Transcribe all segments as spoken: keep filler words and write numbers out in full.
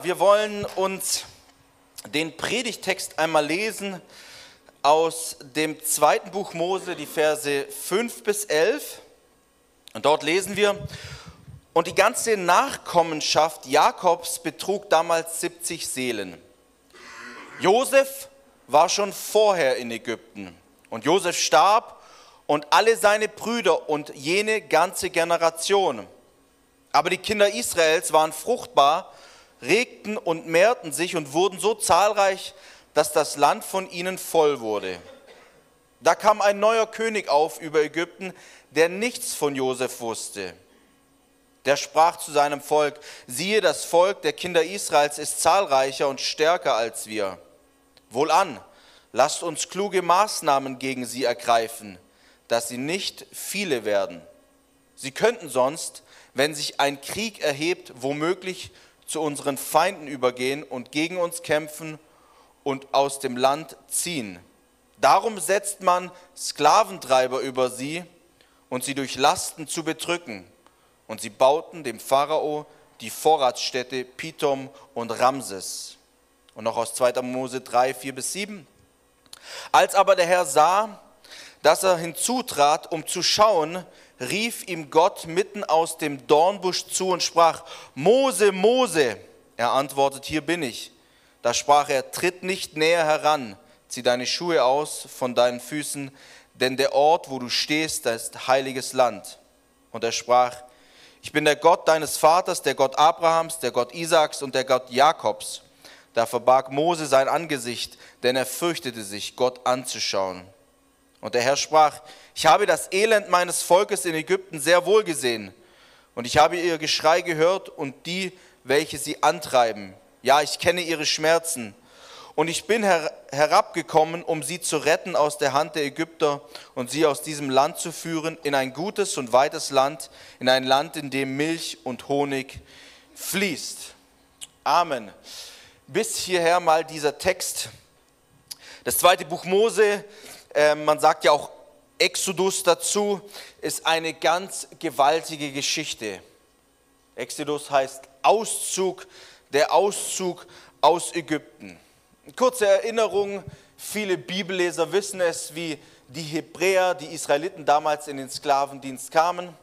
Wir wollen uns den Predigttext einmal lesen aus dem zweiten Buch Mose, die Verse fünf bis elf. Und dort lesen wir: Und die ganze Nachkommenschaft Jakobs betrug damals siebzig Seelen. Josef war schon vorher in Ägypten. Und Josef starb und alle seine Brüder und jene ganze Generation. Aber die Kinder Israels waren fruchtbar, regten und mehrten sich und wurden so zahlreich, dass das Land von ihnen voll wurde. Da kam ein neuer König auf über Ägypten, der nichts von Josef wusste. Der sprach zu seinem Volk: Siehe, das Volk der Kinder Israels ist zahlreicher und stärker als wir. Wohlan, lasst uns kluge Maßnahmen gegen sie ergreifen, dass sie nicht viele werden. Sie könnten sonst, wenn sich ein Krieg erhebt, womöglich zu unseren Feinden übergehen und gegen uns kämpfen und aus dem Land ziehen. Darum setzt man Sklaventreiber über sie und sie durch Lasten zu bedrücken. Und sie bauten dem Pharao die Vorratsstädte Pithom und Ramses. Und noch aus zweiter Mose drei, vier bis sieben. Als aber der Herr sah, dass er hinzutrat, um zu schauen, rief ihm Gott mitten aus dem Dornbusch zu und sprach: Mose, Mose. Er antwortet: Hier bin ich. Da sprach er: Tritt nicht näher heran, zieh deine Schuhe aus von deinen Füßen, denn der Ort, wo du stehst, das ist heiliges Land. Und er sprach: Ich bin der Gott deines Vaters, der Gott Abrahams, der Gott Isaaks und der Gott Jakobs. Da verbarg Mose sein Angesicht, denn er fürchtete sich, Gott anzuschauen. Und der Herr sprach: Ich habe das Elend meines Volkes in Ägypten sehr wohl gesehen, und ich habe ihr Geschrei gehört und die, welche sie antreiben. Ja, ich kenne ihre Schmerzen. Und ich bin her- herabgekommen, um sie zu retten aus der Hand der Ägypter und sie aus diesem Land zu führen in ein gutes und weites Land, in ein Land, in dem Milch und Honig fließt. Amen. Bis hierher mal dieser Text. Das zweite Buch Mose, äh, man sagt ja auch Exodus dazu, ist eine ganz gewaltige Geschichte. Exodus heißt Auszug, der Auszug aus Ägypten. Kurze Erinnerung, viele Bibelleser wissen es, wie die Hebräer, die Israeliten damals in den Sklavendienst kamen.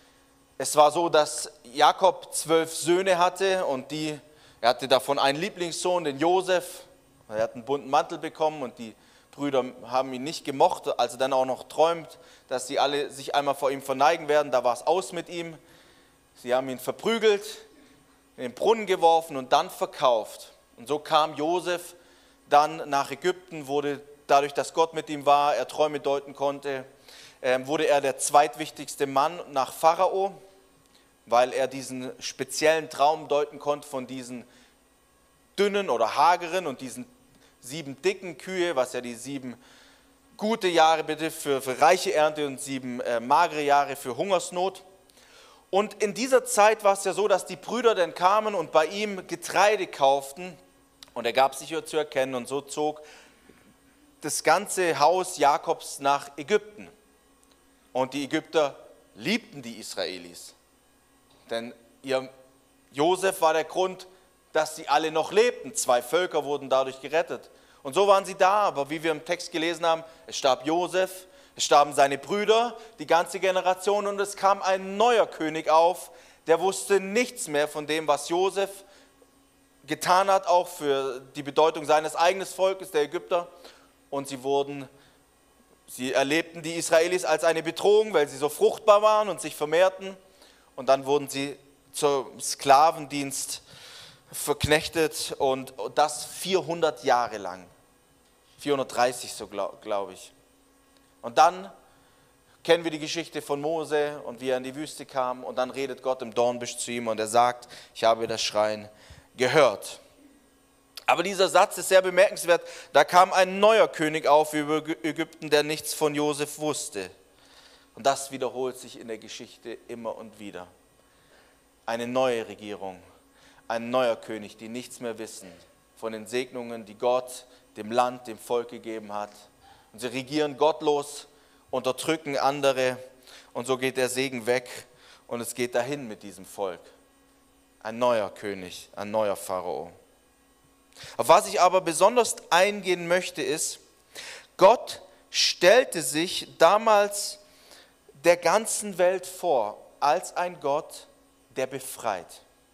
Es war so, dass Jakob zwölf Söhne hatte und die, er hatte davon einen Lieblingssohn, den Josef. Er hat einen bunten Mantel bekommen und die Brüder haben ihn nicht gemocht, als er dann auch noch träumt, dass sie alle sich einmal vor ihm verneigen werden. Da war es aus mit ihm. Sie haben ihn verprügelt, in den Brunnen geworfen und dann verkauft. Und so kam Josef dann nach Ägypten, wurde dadurch, dass Gott mit ihm war, er Träume deuten konnte, wurde er der zweitwichtigste Mann nach Pharao, weil er diesen speziellen Traum deuten konnte von diesen dünnen oder hageren und diesen sieben dicken Kühe, was ja die sieben gute Jahre bitte für, für reiche Ernte und sieben äh, magere Jahre für Hungersnot. Und in dieser Zeit war es ja so, dass die Brüder dann kamen und bei ihm Getreide kauften und er gab sich hier zu erkennen und so zog das ganze Haus Jakobs nach Ägypten. Und die Ägypter liebten die Israelis, denn ihr Josef war der Grund, dass sie alle noch lebten. Zwei Völker wurden dadurch gerettet. Und so waren sie da, aber wie wir im Text gelesen haben, es starb Josef, es starben seine Brüder, die ganze Generation und es kam ein neuer König auf, der wusste nichts mehr von dem, was Josef getan hat, auch für die Bedeutung seines eigenen Volkes, der Ägypter. Und sie wurden, sie erlebten die Israelis als eine Bedrohung, weil sie so fruchtbar waren und sich vermehrten. Und dann wurden sie zum Sklavendienst verknechtet und das vierhundert Jahre lang, vierhundertdreißig so glaube glaub ich. Und dann kennen wir die Geschichte von Mose und wie er in die Wüste kam und dann redet Gott im Dornbusch zu ihm und er sagt: Ich habe das Schreien gehört. Aber dieser Satz ist sehr bemerkenswert. Da kam ein neuer König auf über Ägypten, der nichts von Josef wusste. Und das wiederholt sich in der Geschichte immer und wieder. Eine neue Regierung. Ein neuer König, die nichts mehr wissen von den Segnungen, die Gott dem Land, dem Volk gegeben hat. Und sie regieren gottlos, unterdrücken andere und so geht der Segen weg und es geht dahin mit diesem Volk. ein neuer König, ein neuer Pharao. Auf was ich aber besonders eingehen möchte, ist, Gott stellte sich damals der ganzen Welt vor als ein Gott, der befreit.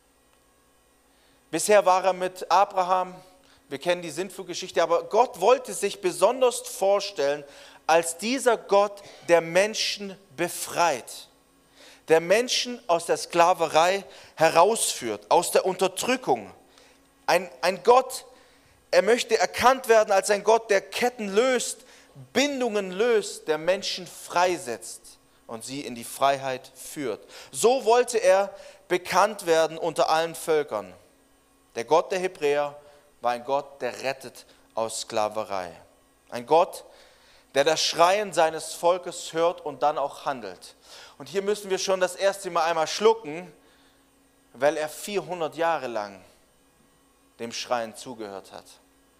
Bisher war er mit Abraham, wir kennen die Sintflutgeschichte, aber Gott wollte sich besonders vorstellen als dieser Gott, der Menschen befreit, der Menschen aus der Sklaverei herausführt, aus der Unterdrückung. Ein, ein Gott, er möchte erkannt werden als ein Gott, der Ketten löst, Bindungen löst, der Menschen freisetzt und sie in die Freiheit führt. So wollte er bekannt werden unter allen Völkern. Der Gott der Hebräer war ein Gott, der rettet aus Sklaverei. Ein Gott, der das Schreien seines Volkes hört und dann auch handelt. Und hier müssen wir schon das erste Mal einmal schlucken, weil er vierhundert Jahre lang dem Schreien zugehört hat.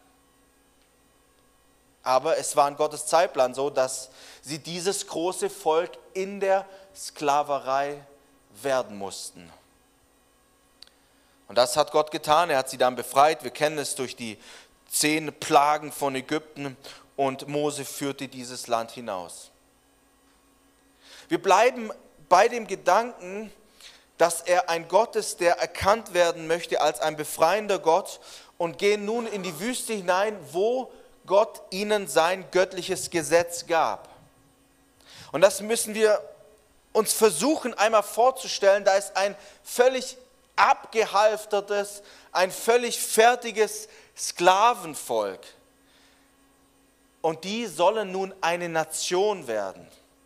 Aber es war in Gottes Zeitplan so, dass sie dieses große Volk in der Sklaverei werden mussten. Und das hat Gott getan, er hat sie dann befreit. Wir kennen es durch die zehn Plagen von Ägypten und Mose führte dieses Land hinaus. Wir bleiben bei dem Gedanken, dass er ein Gott ist, der erkannt werden möchte als ein befreiender Gott und gehen nun in die Wüste hinein, wo Gott ihnen sein göttliches Gesetz gab. Und das müssen wir uns versuchen einmal vorzustellen, da ist ein völlig abgehalftertes, ein völlig fertiges Sklavenvolk. Und die sollen nun eine Nation werden.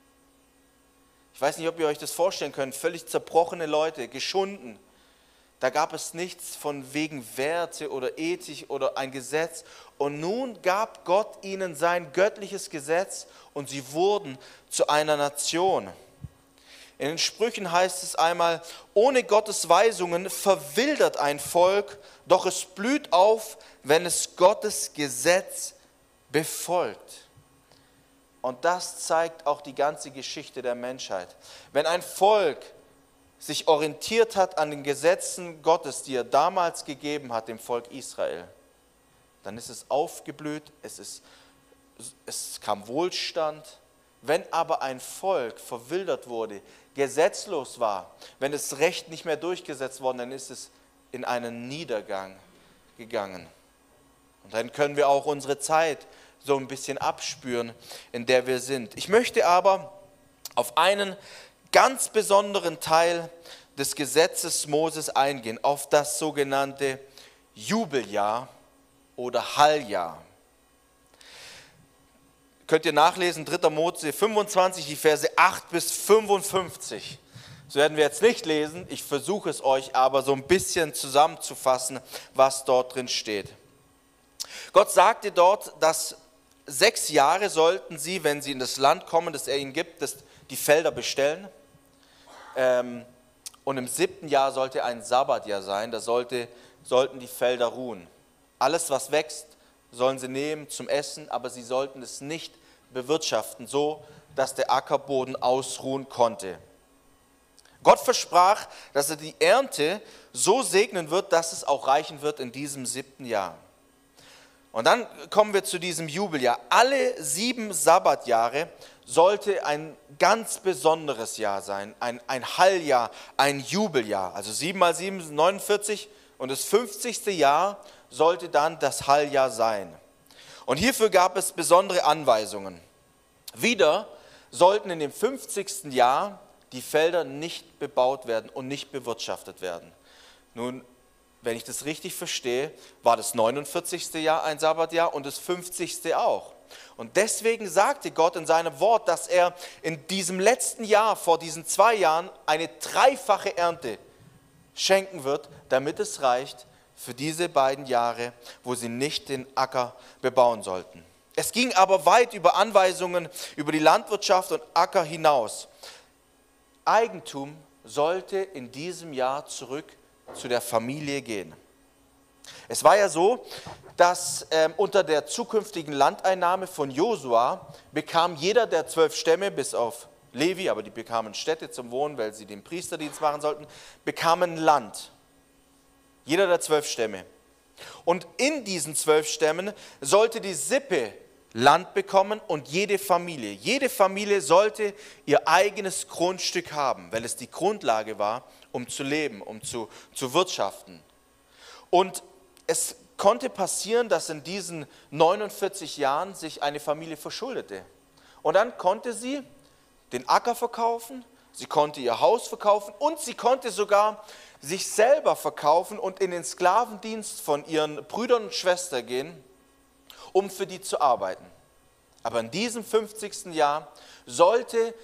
Ich weiß nicht, ob ihr euch das vorstellen könnt, völlig zerbrochene Leute, geschunden. Da gab es nichts von wegen Werte oder Ethik oder ein Gesetz. Und nun gab Gott ihnen sein göttliches Gesetz und sie wurden zu einer Nation. In den Sprüchen heißt es einmal, ohne Gottes Weisungen verwildert ein Volk, doch es blüht auf, wenn es Gottes Gesetz befolgt. Und das zeigt auch die ganze Geschichte der Menschheit. Wenn ein Volk sich orientiert hat an den Gesetzen Gottes, die er damals gegeben hat, dem Volk Israel, dann ist es aufgeblüht, es, ist, es kam Wohlstand. Wenn aber ein Volk verwildert wurde, gesetzlos war, wenn das Recht nicht mehr durchgesetzt worden, dann ist es in einen Niedergang gegangen. Und dann können wir auch unsere Zeit so ein bisschen abspüren, in der wir sind. Ich möchte aber auf einen ganz besonderen Teil des Gesetzes Moses eingehen, auf das sogenannte Jubeljahr oder Halljahr. Könnt ihr nachlesen, dritter Mose fünfundzwanzig, die Verse acht bis fünfundfünfzig. Das werden wir jetzt nicht lesen, ich versuche es euch aber so ein bisschen zusammenzufassen, was dort drin steht. Gott sagte dort, dass sechs Jahre sollten sie, wenn sie in das Land kommen, das er ihnen gibt, das, die Felder bestellen. Ähm, und im siebten Jahr sollte ein Sabbatjahr sein, da sollte, sollten die Felder ruhen. Alles, was wächst, sollen sie nehmen zum Essen, aber sie sollten es nicht bewirtschaften, so dass der Ackerboden ausruhen konnte. Gott versprach, dass er die Ernte so segnen wird, dass es auch reichen wird in diesem siebten Jahr. Und dann kommen wir zu diesem Jubeljahr. Alle sieben Sabbatjahre sollte ein ganz besonderes Jahr sein, ein, ein Halljahr, ein Jubeljahr. Also sieben mal sieben sind neunundvierzig und das fünfzigste Jahr sollte dann das Halljahr sein. Und hierfür gab es besondere Anweisungen. Wieder sollten in dem fünfzigsten Jahr die Felder nicht bebaut werden und nicht bewirtschaftet werden. Nun, wenn ich das richtig verstehe, war das neunundvierzigste Jahr ein Sabbatjahr und das fünfzigste auch. Und deswegen sagte Gott in seinem Wort, dass er in diesem letzten Jahr, vor diesen zwei Jahren, eine dreifache Ernte schenken wird, damit es reicht für diese beiden Jahre, wo sie nicht den Acker bebauen sollten. Es ging aber weit über Anweisungen über die Landwirtschaft und Acker hinaus. Eigentum sollte in diesem Jahr zurück zu der Familie gehen. Es war ja so, dass ähm, unter der zukünftigen Landeinnahme von Josua bekam jeder der zwölf Stämme, bis auf Levi, aber die bekamen Städte zum Wohnen, weil sie den Priesterdienst machen sollten, bekamen Land. Jeder der zwölf Stämme. Und in diesen zwölf Stämmen sollte die Sippe Land bekommen und jede Familie. Jede Familie sollte ihr eigenes Grundstück haben, weil es die Grundlage war, um zu leben, um zu, zu wirtschaften. Und es konnte passieren, dass in diesen neunundvierzig Jahren sich eine Familie verschuldete. Und dann konnte sie den Acker verkaufen, sie konnte ihr Haus verkaufen und sie konnte sogar sich selber verkaufen und in den Sklavendienst von ihren Brüdern und Schwestern gehen, um für die zu arbeiten. Aber in diesem fünfzigsten Jahr sollte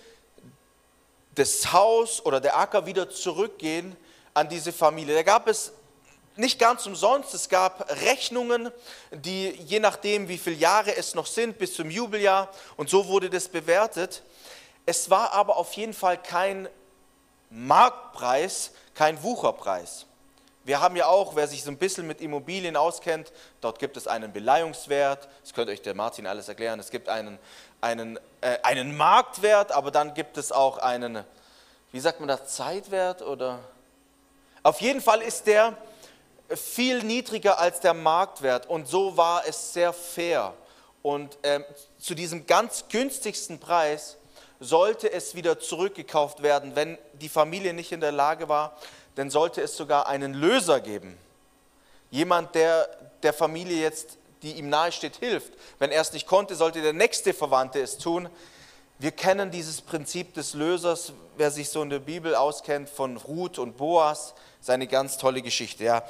das Haus oder der Acker wieder zurückgehen an diese Familie. Da gab es nicht ganz umsonst, es gab Rechnungen, die je nachdem, wie viele Jahre es noch sind, bis zum Jubeljahr, und so wurde das bewertet. Es war aber auf jeden Fall kein Marktpreis, kein Wucherpreis. Wir haben ja auch, wer sich so ein bisschen mit Immobilien auskennt, dort gibt es einen Beleihungswert, das könnte euch der Martin alles erklären, es gibt einen, einen, äh, einen Marktwert, aber dann gibt es auch einen, wie sagt man das, Zeitwert oder? Auf jeden Fall ist der viel niedriger als der Marktwert und so war es sehr fair. Und ähm, zu diesem ganz günstigsten Preis sollte es wieder zurückgekauft werden, wenn die Familie nicht in der Lage war, dann sollte es sogar einen Löser geben. Jemand, der der Familie jetzt, die ihm nahesteht, hilft. Wenn er es nicht konnte, sollte der nächste Verwandte es tun. Wir kennen dieses Prinzip des Lösers, wer sich so in der Bibel auskennt, von Ruth und Boas, ist eine ganz tolle Geschichte. Ja.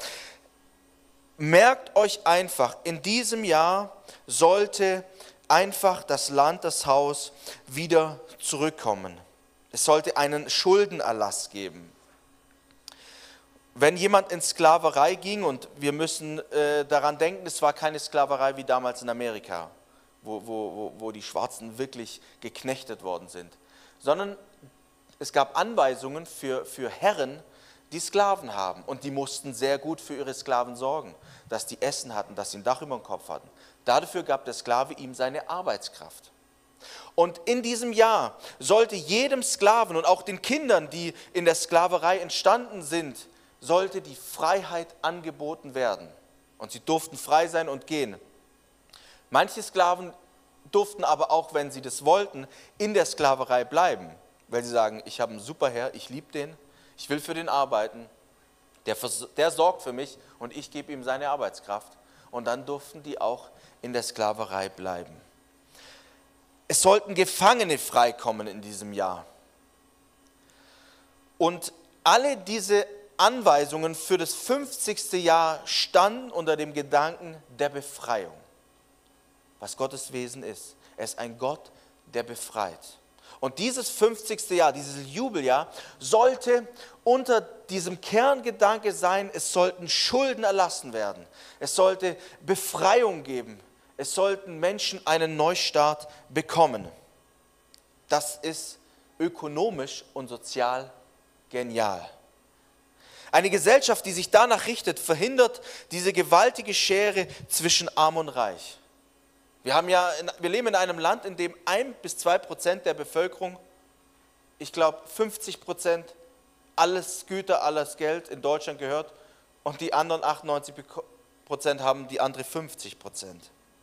Merkt euch einfach, in diesem Jahr sollte einfach das Land, das Haus wieder zurückkommen. Es sollte einen Schuldenerlass geben. Wenn jemand in Sklaverei ging, und wir müssen äh, daran denken, es war keine Sklaverei wie damals in Amerika, wo, wo, wo die Schwarzen wirklich geknechtet worden sind, sondern es gab Anweisungen für, für Herren, die Sklaven haben, und die mussten sehr gut für ihre Sklaven sorgen, dass die Essen hatten, dass sie ein Dach über dem Kopf hatten. Dafür gab der Sklave ihm seine Arbeitskraft. Und in diesem Jahr sollte jedem Sklaven und auch den Kindern, die in der Sklaverei entstanden sind, sollte die Freiheit angeboten werden. Und sie durften frei sein und gehen. Manche Sklaven durften aber auch, wenn sie das wollten, in der Sklaverei bleiben, weil sie sagen, ich habe einen super Herr, ich liebe den, ich will für den arbeiten, der, der sorgt für mich und ich gebe ihm seine Arbeitskraft. Und dann durften die auch in der Sklaverei bleiben. Es sollten Gefangene freikommen in diesem Jahr. Und alle diese Anweisungen für das fünfzigste Jahr standen unter dem Gedanken der Befreiung. Was Gottes Wesen ist. Er ist ein Gott, der befreit. Und dieses fünfzigste Jahr, dieses Jubeljahr, sollte unter diesem Kerngedanke sein, es sollten Schulden erlassen werden. Es sollte Befreiung geben. Es sollten Menschen einen Neustart bekommen. Das ist ökonomisch und sozial genial. Eine Gesellschaft, die sich danach richtet, verhindert diese gewaltige Schere zwischen Arm und Reich. Wir, haben ja, wir leben in einem Land, in dem ein bis zwei Prozent der Bevölkerung, ich glaube fünfzig Prozent alles Güter, alles Geld in Deutschland gehört, und die anderen achtundneunzig Prozent haben die andere fünfzig Prozent.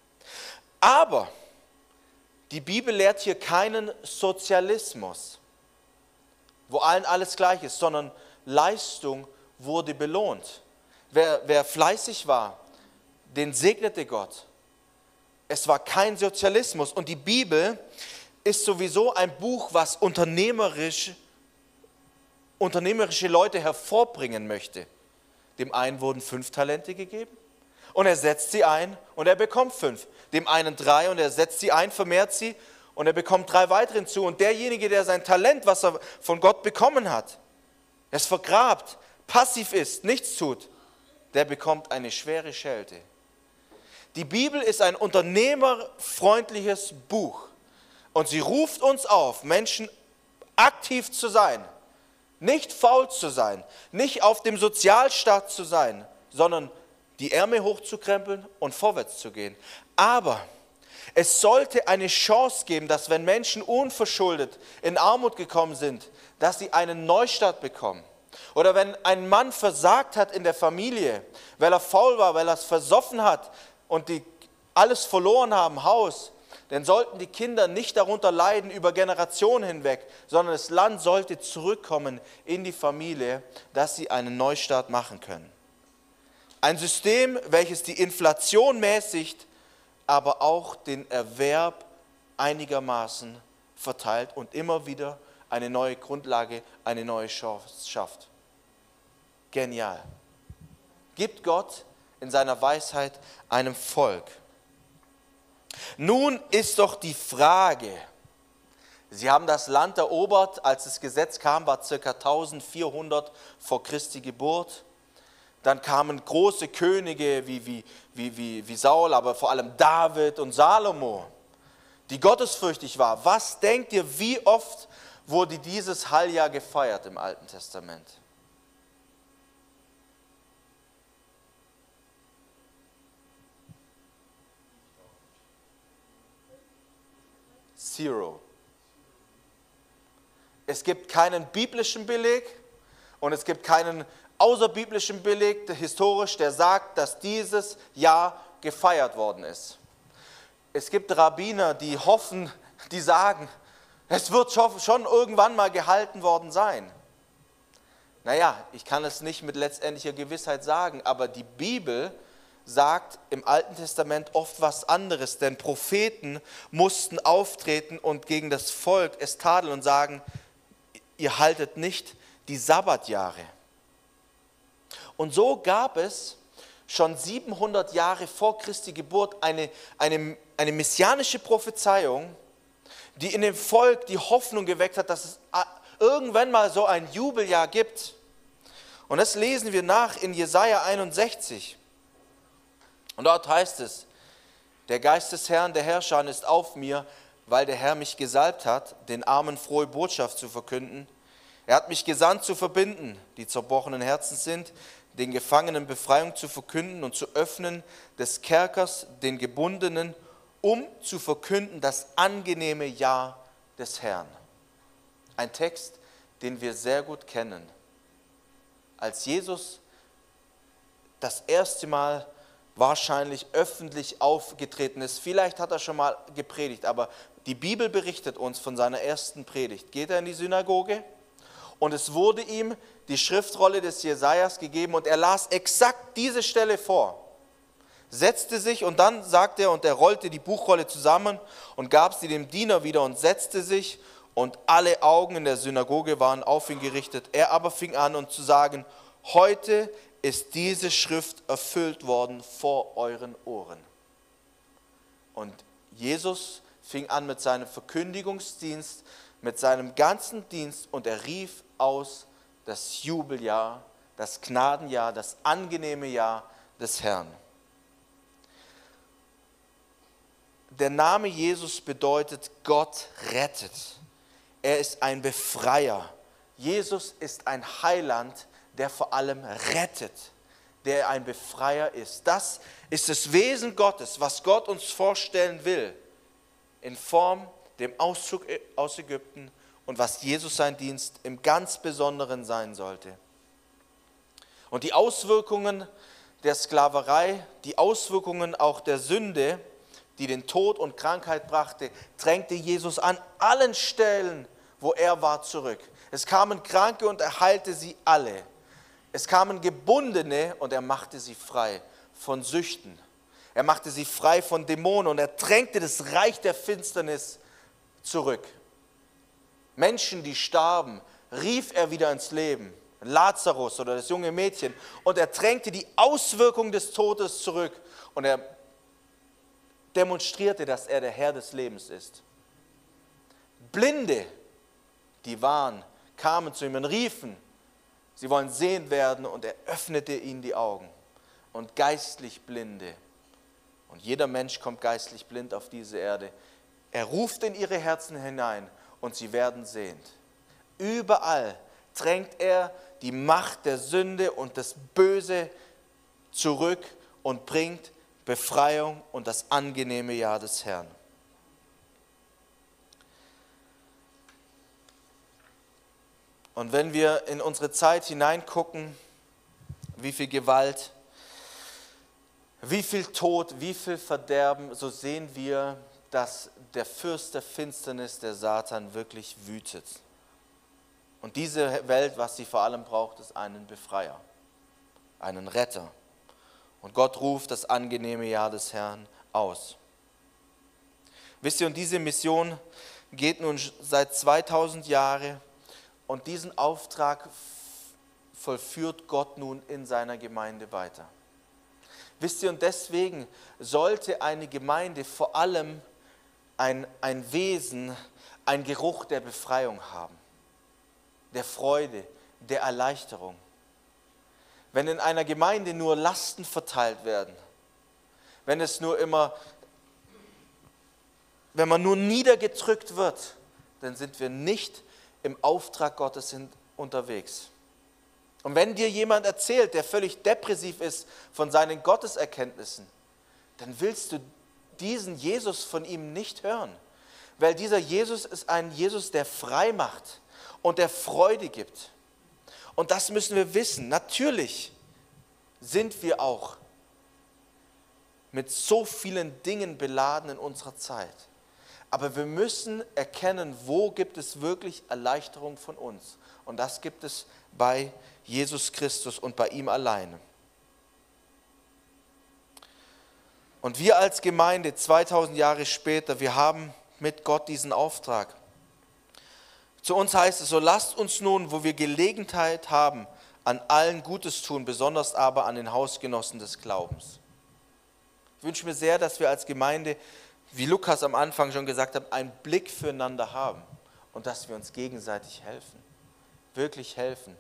Aber die Bibel lehrt hier keinen Sozialismus, wo allen alles gleich ist, sondern Leistung wurde belohnt. Wer, wer fleißig war, den segnete Gott. Es war kein Sozialismus. Und die Bibel ist sowieso ein Buch, was unternehmerisch, unternehmerische Leute hervorbringen möchte. Dem einen wurden fünf Talente gegeben und er setzt sie ein und er bekommt fünf. Dem einen drei und er setzt sie ein, vermehrt sie und er bekommt drei weitere hinzu. Und derjenige, der sein Talent, was er von Gott bekommen hat, es vergrabt, passiv ist, nichts tut, der bekommt eine schwere Schelte. Die Bibel ist ein unternehmerfreundliches Buch und sie ruft uns auf, Menschen aktiv zu sein, nicht faul zu sein, nicht auf dem Sozialstaat zu sein, sondern die Ärmel hochzukrempeln und vorwärts zu gehen. Aber es sollte eine Chance geben, dass wenn Menschen unverschuldet in Armut gekommen sind, dass sie einen Neustart bekommen. Oder wenn ein Mann versagt hat in der Familie, weil er faul war, weil er es versoffen hat und die alles verloren haben, Haus, dann sollten die Kinder nicht darunter leiden über Generationen hinweg, sondern das Land sollte zurückkommen in die Familie, dass sie einen Neustart machen können. Ein System, welches die Inflation mäßigt, aber auch den Erwerb einigermaßen verteilt und immer wieder eine neue Grundlage, eine neue Chance schafft. Genial. Gibt Gott in seiner Weisheit einem Volk. Nun ist doch die Frage, sie haben das Land erobert, als das Gesetz kam, war ca. eintausendvierhundert vor Christi Geburt. Dann kamen große Könige wie, wie, wie, wie, wie Saul, aber vor allem David und Salomo, die gottesfürchtig waren. Was denkt ihr, wie oft wurde dieses Halljahr gefeiert im Alten Testament? Zero. Es gibt keinen biblischen Beleg und es gibt keinen außerbiblischen Beleg, historisch, der sagt, dass dieses Jahr gefeiert worden ist. Es gibt Rabbiner, die hoffen, die sagen, es wird schon irgendwann mal gehalten worden sein. Naja, ich kann es nicht mit letztendlicher Gewissheit sagen, aber die Bibel sagt im Alten Testament oft was anderes, denn Propheten mussten auftreten und gegen das Volk es tadeln und sagen, ihr haltet nicht die Sabbatjahre. Und so gab es schon siebenhundert Jahre vor Christi Geburt eine, eine, eine messianische Prophezeiung, die in dem Volk die Hoffnung geweckt hat, dass es irgendwann mal so ein Jubeljahr gibt. Und das lesen wir nach in Jesaja einundsechzig. Und dort heißt es, der Geist des Herrn, der Herrscher, ist auf mir, weil der Herr mich gesalbt hat, den Armen frohe Botschaft zu verkünden. Er hat mich gesandt zu verbinden, die zerbrochenen Herzen sind, den Gefangenen Befreiung zu verkünden und zu öffnen des Kerkers den Gebundenen, um zu verkünden das angenehme Jahr des Herrn. Ein Text, den wir sehr gut kennen. Als Jesus das erste Mal wahrscheinlich öffentlich aufgetreten ist, vielleicht hat er schon mal gepredigt, aber die Bibel berichtet uns von seiner ersten Predigt. Geht er in die Synagoge und es wurde ihm die Schriftrolle des Jesajas gegeben und er las exakt diese Stelle vor, setzte sich und dann sagte er, und er rollte die Buchrolle zusammen und gab sie dem Diener wieder und setzte sich und alle Augen in der Synagoge waren auf ihn gerichtet. Er aber fing an und zu sagen, heute ist diese Schrift erfüllt worden vor euren Ohren. Und Jesus fing an mit seinem Verkündigungsdienst, mit seinem ganzen Dienst und er rief aus das Jubeljahr, das Gnadenjahr, das angenehme Jahr des Herrn. Der Name Jesus bedeutet, Gott rettet. Er ist ein Befreier. Jesus ist ein Heiland, der vor allem rettet, der ein Befreier ist. Das ist das Wesen Gottes, was Gott uns vorstellen will, in Form dem Auszug aus Ägypten und was Jesus sein Dienst im ganz Besonderen sein sollte. Und die Auswirkungen der Sklaverei, die Auswirkungen auch der Sünde, die den Tod und Krankheit brachte, drängte Jesus an allen Stellen, wo er war, zurück. Es kamen Kranke und er heilte sie alle. Es kamen Gebundene und er machte sie frei von Süchten. Er machte sie frei von Dämonen und er drängte das Reich der Finsternis zurück. Menschen, die starben, rief er wieder ins Leben. Lazarus oder das junge Mädchen. Und er drängte die Auswirkungen des Todes zurück. Und er demonstrierte, dass er der Herr des Lebens ist. Blinde, die waren, kamen zu ihm und riefen, sie wollen sehend werden, und er öffnete ihnen die Augen. Und geistlich Blinde, und jeder Mensch kommt geistlich blind auf diese Erde, er ruft in ihre Herzen hinein und sie werden sehend. Überall drängt er die Macht der Sünde und das Böse zurück und bringt Befreiung und das angenehme Jahr des Herrn. Und wenn wir in unsere Zeit hineingucken, wie viel Gewalt, wie viel Tod, wie viel Verderben, so sehen wir, dass der Fürst der Finsternis, der Satan, wirklich wütet. Und diese Welt, was sie vor allem braucht, ist einen Befreier, einen Retter. Und Gott ruft das angenehme Jahr des Herrn aus. Wisst ihr, und diese Mission geht nun seit zweitausend Jahren und diesen Auftrag vollführt Gott nun in seiner Gemeinde weiter. Wisst ihr, und deswegen sollte eine Gemeinde vor allem ein, ein Wesen, ein Geruch der Befreiung haben, der Freude, der Erleichterung. Wenn in einer Gemeinde nur Lasten verteilt werden, wenn es nur immer, wenn man nur niedergedrückt wird, dann sind wir nicht im Auftrag Gottes unterwegs. Und wenn dir jemand erzählt, der völlig depressiv ist von seinen Gotteserkenntnissen, dann willst du diesen Jesus von ihm nicht hören. Weil dieser Jesus ist ein Jesus, der frei macht und der Freude gibt. Und das müssen wir wissen. Natürlich sind wir auch mit so vielen Dingen beladen in unserer Zeit. Aber wir müssen erkennen, wo gibt es wirklich Erleichterung von uns. Und das gibt es bei Jesus Christus und bei ihm alleine. Und wir als Gemeinde zweitausend Jahre später, wir haben mit Gott diesen Auftrag. Zu uns heißt es, so lasst uns nun, wo wir Gelegenheit haben, an allen Gutes tun, besonders aber an den Hausgenossen des Glaubens. Ich wünsche mir sehr, dass wir als Gemeinde, wie Lukas am Anfang schon gesagt hat, einen Blick füreinander haben und dass wir uns gegenseitig helfen, wirklich helfen.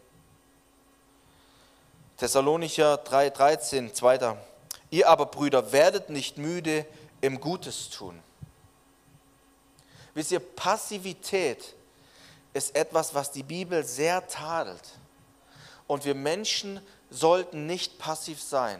Thessalonicher drei dreizehn, zweiter. Ihr aber, Brüder, werdet nicht müde im Gutes tun. Wisst ihr, Passivität ist etwas, was die Bibel sehr tadelt. Und wir Menschen sollten nicht passiv sein.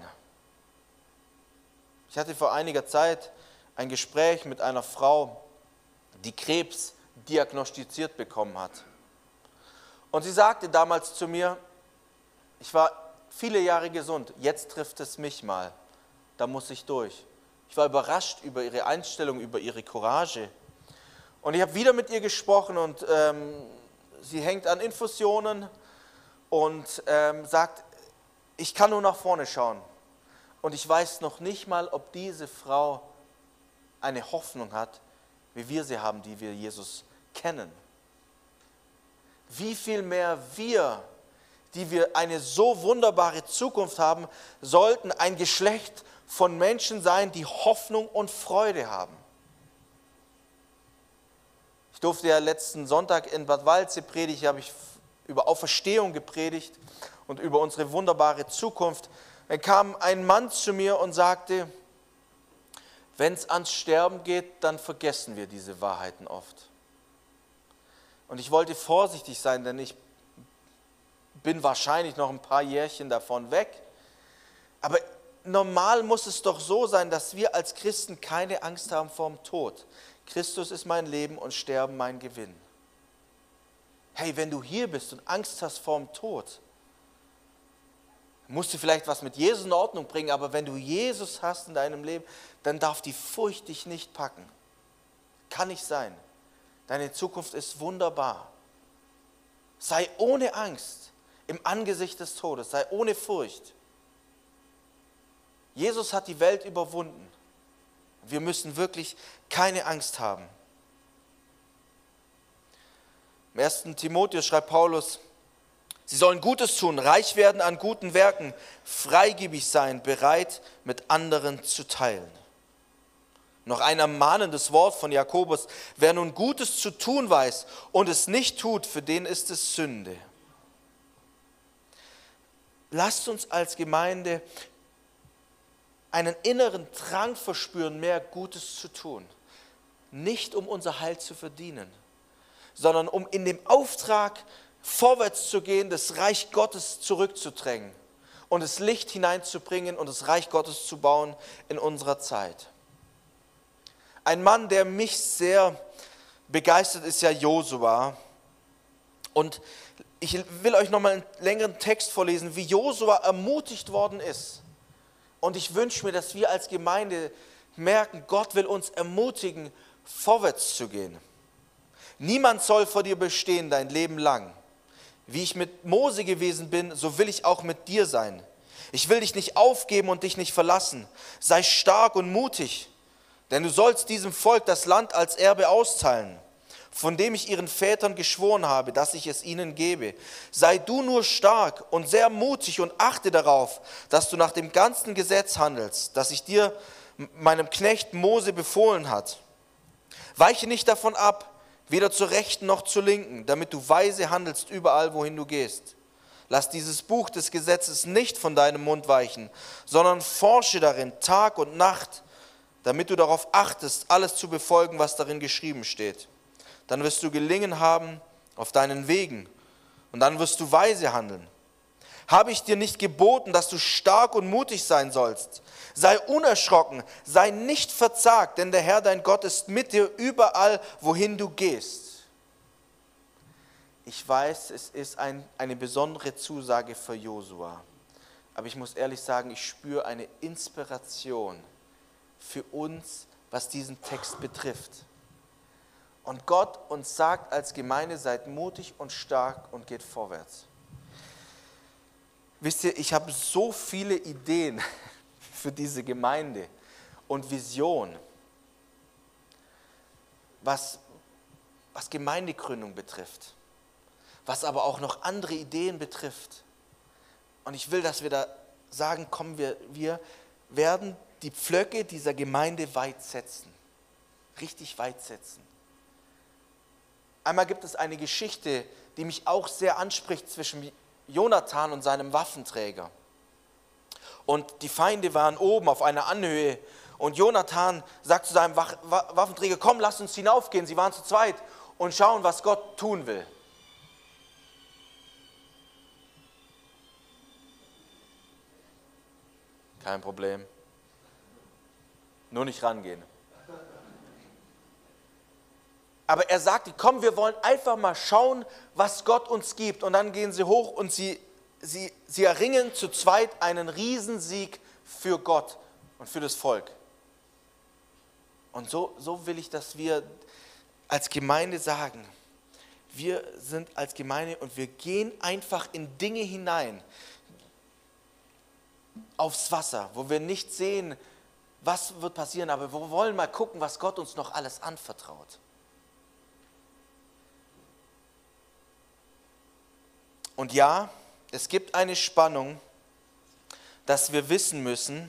Ich hatte vor einiger Zeit ein Gespräch mit einer Frau, die Krebs diagnostiziert bekommen hat. Und sie sagte damals zu mir, ich war viele Jahre gesund, jetzt trifft es mich mal, da muss ich durch. Ich war überrascht über ihre Einstellung, über ihre Courage. Und ich habe wieder mit ihr gesprochen und ähm, sie hängt an Infusionen und ähm, sagt, ich kann nur nach vorne schauen. Und ich weiß noch nicht mal, ob diese Frau eine Hoffnung hat, wie wir sie haben, die wir Jesus kennen. Wie viel mehr wir, die wir eine so wunderbare Zukunft haben, sollten ein Geschlecht von Menschen sein, die Hoffnung und Freude haben. Ich durfte ja letzten Sonntag in Bad Waldsee predigen, habe ich über Auferstehung gepredigt und über unsere wunderbare Zukunft. Dann kam ein Mann zu mir und sagte, wenn es ans Sterben geht, dann vergessen wir diese Wahrheiten oft. Und ich wollte vorsichtig sein, denn ich bin wahrscheinlich noch ein paar Jährchen davon weg. Aber normal muss es doch so sein, dass wir als Christen keine Angst haben vor dem Tod. Christus ist mein Leben und Sterben mein Gewinn. Hey, wenn du hier bist und Angst hast vor dem Tod, musst du vielleicht was mit Jesus in Ordnung bringen, aber wenn du Jesus hast in deinem Leben, dann darf die Furcht dich nicht packen. Kann nicht sein. Deine Zukunft ist wunderbar. Sei ohne Angst im Angesicht des Todes, sei ohne Furcht. Jesus hat die Welt überwunden. Wir müssen wirklich keine Angst haben. Im ersten Timotheus schreibt Paulus, sie sollen Gutes tun, reich werden an guten Werken, freigebig sein, bereit mit anderen zu teilen. Noch ein ermahnendes Wort von Jakobus, wer nun Gutes zu tun weiß und es nicht tut, für den ist es Sünde. Lasst uns als Gemeinde einen inneren Drang verspüren, mehr Gutes zu tun. Nicht um unser Heil zu verdienen, sondern um in dem Auftrag vorwärts zu gehen, das Reich Gottes zurückzudrängen und das Licht hineinzubringen und das Reich Gottes zu bauen in unserer Zeit. Ein Mann, der mich sehr begeistert, ist ja Josua. Und ich will euch nochmal einen längeren Text vorlesen, wie Josua ermutigt worden ist. Und ich wünsche mir, dass wir als Gemeinde merken, Gott will uns ermutigen, vorwärts zu gehen. Niemand soll vor dir bestehen dein Leben lang. Wie ich mit Mose gewesen bin, so will ich auch mit dir sein. Ich will dich nicht aufgeben und dich nicht verlassen. Sei stark und mutig, denn du sollst diesem Volk das Land als Erbe austeilen, von dem ich ihren Vätern geschworen habe, dass ich es ihnen gebe. Sei du nur stark und sehr mutig und achte darauf, dass du nach dem ganzen Gesetz handelst, das ich dir, meinem Knecht Mose, befohlen hat. Weiche nicht davon ab, weder zur Rechten noch zur Linken, damit du weise handelst überall, wohin du gehst. Lass dieses Buch des Gesetzes nicht von deinem Mund weichen, sondern forsche darin Tag und Nacht, damit du darauf achtest, alles zu befolgen, was darin geschrieben steht. Dann wirst du gelingen haben auf deinen Wegen und dann wirst du weise handeln. Habe ich dir nicht geboten, dass du stark und mutig sein sollst? Sei unerschrocken, sei nicht verzagt, denn der Herr, dein Gott, ist mit dir überall, wohin du gehst. Ich weiß, es ist ein, eine besondere Zusage für Josua, aber ich muss ehrlich sagen, ich spüre eine Inspiration für uns, was diesen Text betrifft. Und Gott uns sagt als Gemeinde, seid mutig und stark und geht vorwärts. Wisst ihr, ich habe so viele Ideen für diese Gemeinde und Vision, was, was Gemeindegründung betrifft, was aber auch noch andere Ideen betrifft. Und ich will, dass wir da sagen, komm, wir, wir werden die Pflöcke dieser Gemeinde weit setzen, richtig weit setzen. Einmal gibt es eine Geschichte, die mich auch sehr anspricht zwischen Jonathan und seinem Waffenträger. Und die Feinde waren oben auf einer Anhöhe und Jonathan sagt zu seinem Waffenträger, komm, lass uns hinaufgehen. Sie waren zu zweit und schauen, was Gott tun will. Kein Problem. Nur nicht rangehen. Aber er sagte, komm, wir wollen einfach mal schauen, was Gott uns gibt. Und dann gehen sie hoch und sie, sie, sie erringen zu zweit einen Riesensieg für Gott und für das Volk. Und so, so will ich, dass wir als Gemeinde sagen, wir sind als Gemeinde und wir gehen einfach in Dinge hinein, aufs Wasser, wo wir nicht sehen, was wird passieren, aber wir wollen mal gucken, was Gott uns noch alles anvertraut. Und ja, es gibt eine Spannung, dass wir wissen müssen,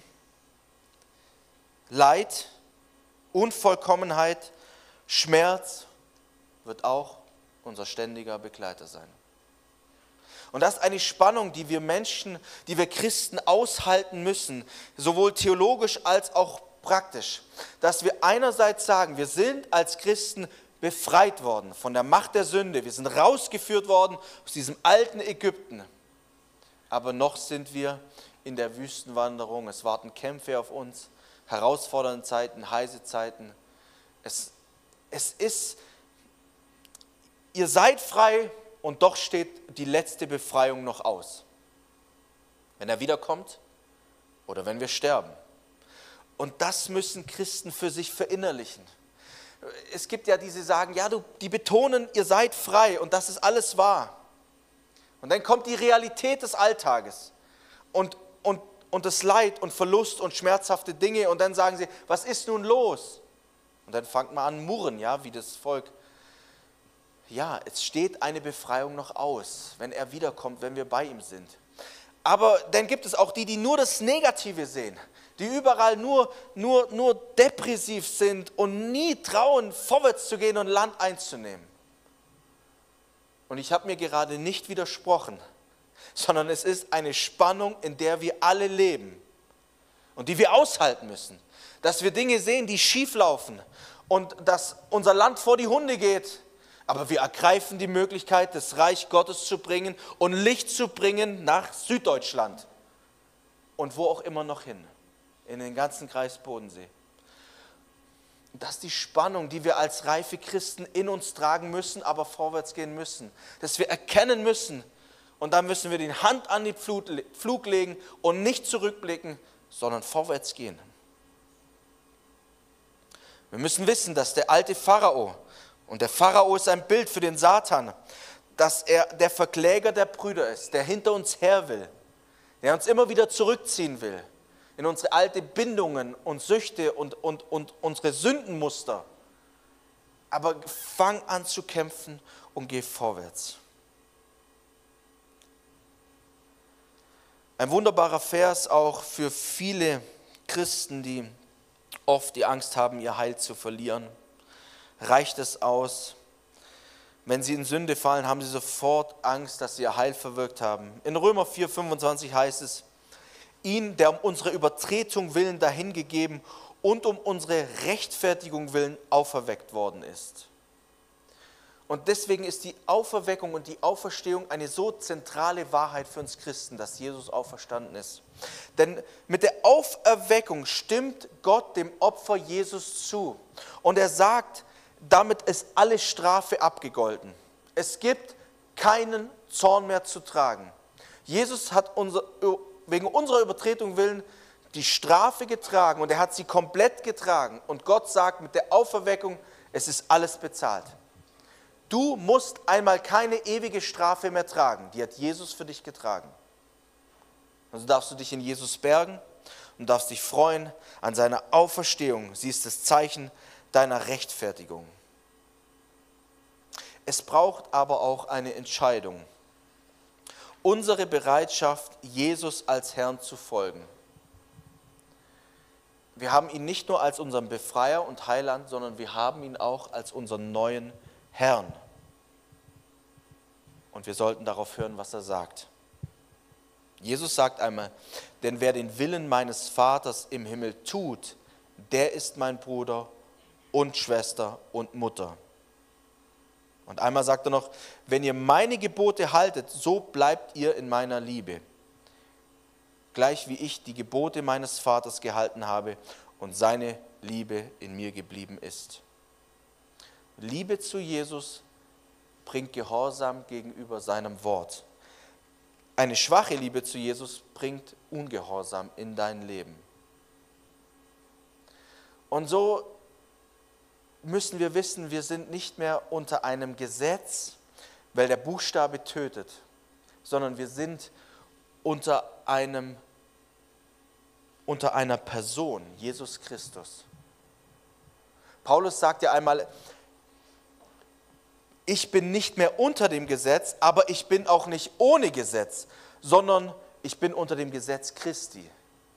Leid, Unvollkommenheit, Schmerz wird auch unser ständiger Begleiter sein. Und das ist eine Spannung, die wir Menschen, die wir Christen aushalten müssen, sowohl theologisch als auch praktisch. Dass wir einerseits sagen, wir sind als Christen befreit worden von der Macht der Sünde. Wir sind rausgeführt worden aus diesem alten Ägypten. Aber noch sind wir in der Wüstenwanderung. Es warten Kämpfe auf uns, herausfordernde Zeiten, heiße Zeiten. Es, es ist, ihr seid frei und doch steht die letzte Befreiung noch aus. Wenn er wiederkommt oder wenn wir sterben. Und das müssen Christen für sich verinnerlichen. Es gibt ja diese, die sagen, ja, du, die betonen, ihr seid frei und das ist alles wahr. Und dann kommt die Realität des Alltages und, und, und das Leid und Verlust und schmerzhafte Dinge und dann sagen sie, was ist nun los? Und dann fängt man an murren, ja, wie das Volk. Ja, es steht eine Befreiung noch aus, wenn er wiederkommt, wenn wir bei ihm sind. Aber dann gibt es auch die, die nur das Negative sehen, die überall nur, nur, nur depressiv sind und nie trauen, vorwärts zu gehen und Land einzunehmen. Und ich habe mir gerade nicht widersprochen, sondern es ist eine Spannung, in der wir alle leben und die wir aushalten müssen. Dass wir Dinge sehen, die schief laufen und dass unser Land vor die Hunde geht, aber wir ergreifen die Möglichkeit, das Reich Gottes zu bringen und Licht zu bringen nach Süddeutschland und wo auch immer noch hin, in den ganzen Kreis Bodensee. Und das ist die Spannung, die wir als reife Christen in uns tragen müssen, aber vorwärts gehen müssen. Dass wir erkennen müssen, und dann müssen wir die Hand an den Pflug legen und nicht zurückblicken, sondern vorwärts gehen. Wir müssen wissen, dass der alte Pharao, und der Pharao ist ein Bild für den Satan, dass er der Verkläger der Brüder ist, der hinter uns her will, der uns immer wieder zurückziehen will in unsere alten Bindungen und Süchte und, und, und unsere Sündenmuster. Aber fang an zu kämpfen und geh vorwärts. Ein wunderbarer Vers auch für viele Christen, die oft die Angst haben, ihr Heil zu verlieren. Reicht es aus? Wenn sie in Sünde fallen, haben sie sofort Angst, dass sie ihr Heil verwirkt haben. In Römer vier, fünfundzwanzig heißt es, ihn, der um unsere Übertretung willen dahingegeben und um unsere Rechtfertigung willen auferweckt worden ist. Und deswegen ist die Auferweckung und die Auferstehung eine so zentrale Wahrheit für uns Christen, dass Jesus auferstanden ist. Denn mit der Auferweckung stimmt Gott dem Opfer Jesus zu. Und er sagt, damit ist alle Strafe abgegolten. Es gibt keinen Zorn mehr zu tragen. Jesus hat unser, wegen unserer Übertretung willen die Strafe getragen und er hat sie komplett getragen. Und Gott sagt mit der Auferweckung, es ist alles bezahlt. Du musst einmal keine ewige Strafe mehr tragen. Die hat Jesus für dich getragen. Also darfst du dich in Jesus bergen und darfst dich freuen an seiner Auferstehung. Sie ist das Zeichen deiner Rechtfertigung. Es braucht aber auch eine Entscheidung. Unsere Bereitschaft, Jesus als Herrn zu folgen. Wir haben ihn nicht nur als unseren Befreier und Heiland, sondern wir haben ihn auch als unseren neuen Herrn. Und wir sollten darauf hören, was er sagt. Jesus sagt einmal, denn wer den Willen meines Vaters im Himmel tut, der ist mein Bruder und Schwester und Mutter. Und einmal sagt er noch, wenn ihr meine Gebote haltet, so bleibt ihr in meiner Liebe. Gleich wie ich die Gebote meines Vaters gehalten habe und seine Liebe in mir geblieben ist. Liebe zu Jesus bringt Gehorsam gegenüber seinem Wort. Eine schwache Liebe zu Jesus bringt Ungehorsam in dein Leben. Und so müssen wir wissen, wir sind nicht mehr unter einem Gesetz, weil der Buchstabe tötet, sondern wir sind unter einem, unter einer Person, Jesus Christus. Paulus sagt ja einmal, ich bin nicht mehr unter dem Gesetz, aber ich bin auch nicht ohne Gesetz, sondern ich bin unter dem Gesetz Christi.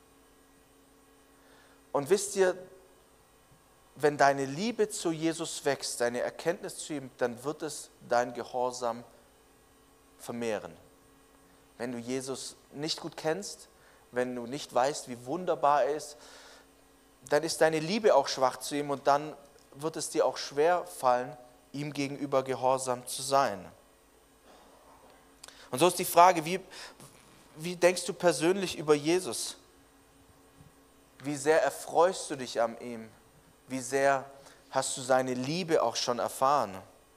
Und wisst ihr, wenn deine Liebe zu Jesus wächst, deine Erkenntnis zu ihm, dann wird es dein Gehorsam vermehren. Wenn du Jesus nicht gut kennst, wenn du nicht weißt, wie wunderbar er ist, dann ist deine Liebe auch schwach zu ihm und dann wird es dir auch schwer fallen, ihm gegenüber gehorsam zu sein. Und so ist die Frage, wie, wie denkst du persönlich über Jesus? Wie sehr erfreust du dich an ihm? Wie sehr hast du seine Liebe auch schon erfahren?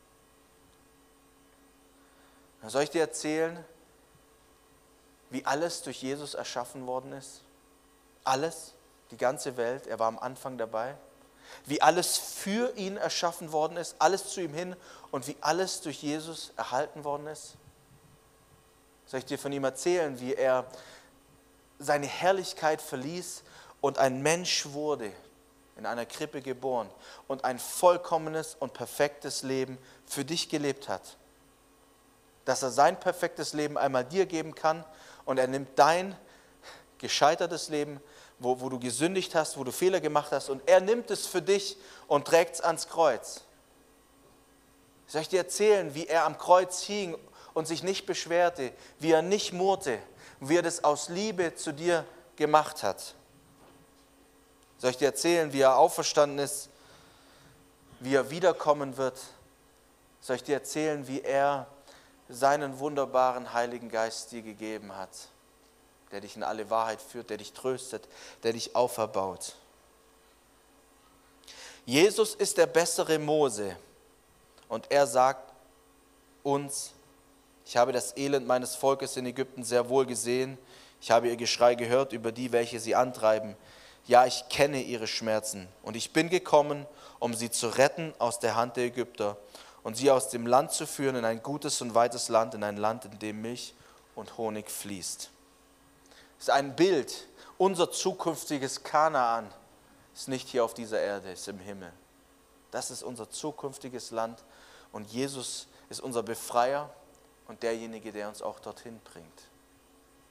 Soll ich dir erzählen, wie alles durch Jesus erschaffen worden ist? Alles, die ganze Welt, er war am Anfang dabei. Wie alles für ihn erschaffen worden ist, alles zu ihm hin und wie alles durch Jesus erhalten worden ist? Soll ich dir von ihm erzählen, wie er seine Herrlichkeit verließ und ein Mensch wurde, in einer Krippe geboren und ein vollkommenes und perfektes Leben für dich gelebt hat? Dass er sein perfektes Leben einmal dir geben kann und er nimmt dein gescheitertes Leben, wo, wo du gesündigt hast, wo du Fehler gemacht hast und er nimmt es für dich und trägt es ans Kreuz. Soll ich dir erzählen, wie er am Kreuz hing und sich nicht beschwerte, wie er nicht murrte, wie er das aus Liebe zu dir gemacht hat? Soll ich dir erzählen, wie er auferstanden ist, wie er wiederkommen wird? Soll ich dir erzählen, wie er seinen wunderbaren Heiligen Geist dir gegeben hat, der dich in alle Wahrheit führt, der dich tröstet, der dich auferbaut? Jesus ist der bessere Mose und er sagt uns, ich habe das Elend meines Volkes in Ägypten sehr wohl gesehen, ich habe ihr Geschrei gehört über die, welche sie antreiben. Ja, ich kenne ihre Schmerzen und ich bin gekommen, um sie zu retten aus der Hand der Ägypter und sie aus dem Land zu führen in ein gutes und weites Land, in ein Land, in dem Milch und Honig fließt. Das ist ein Bild, unser zukünftiges Kanaan ist nicht hier auf dieser Erde, ist im Himmel. Das ist unser zukünftiges Land und Jesus ist unser Befreier und derjenige, der uns auch dorthin bringt.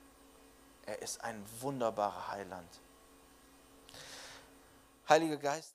Er ist ein wunderbarer Heiland. Heiliger Geist.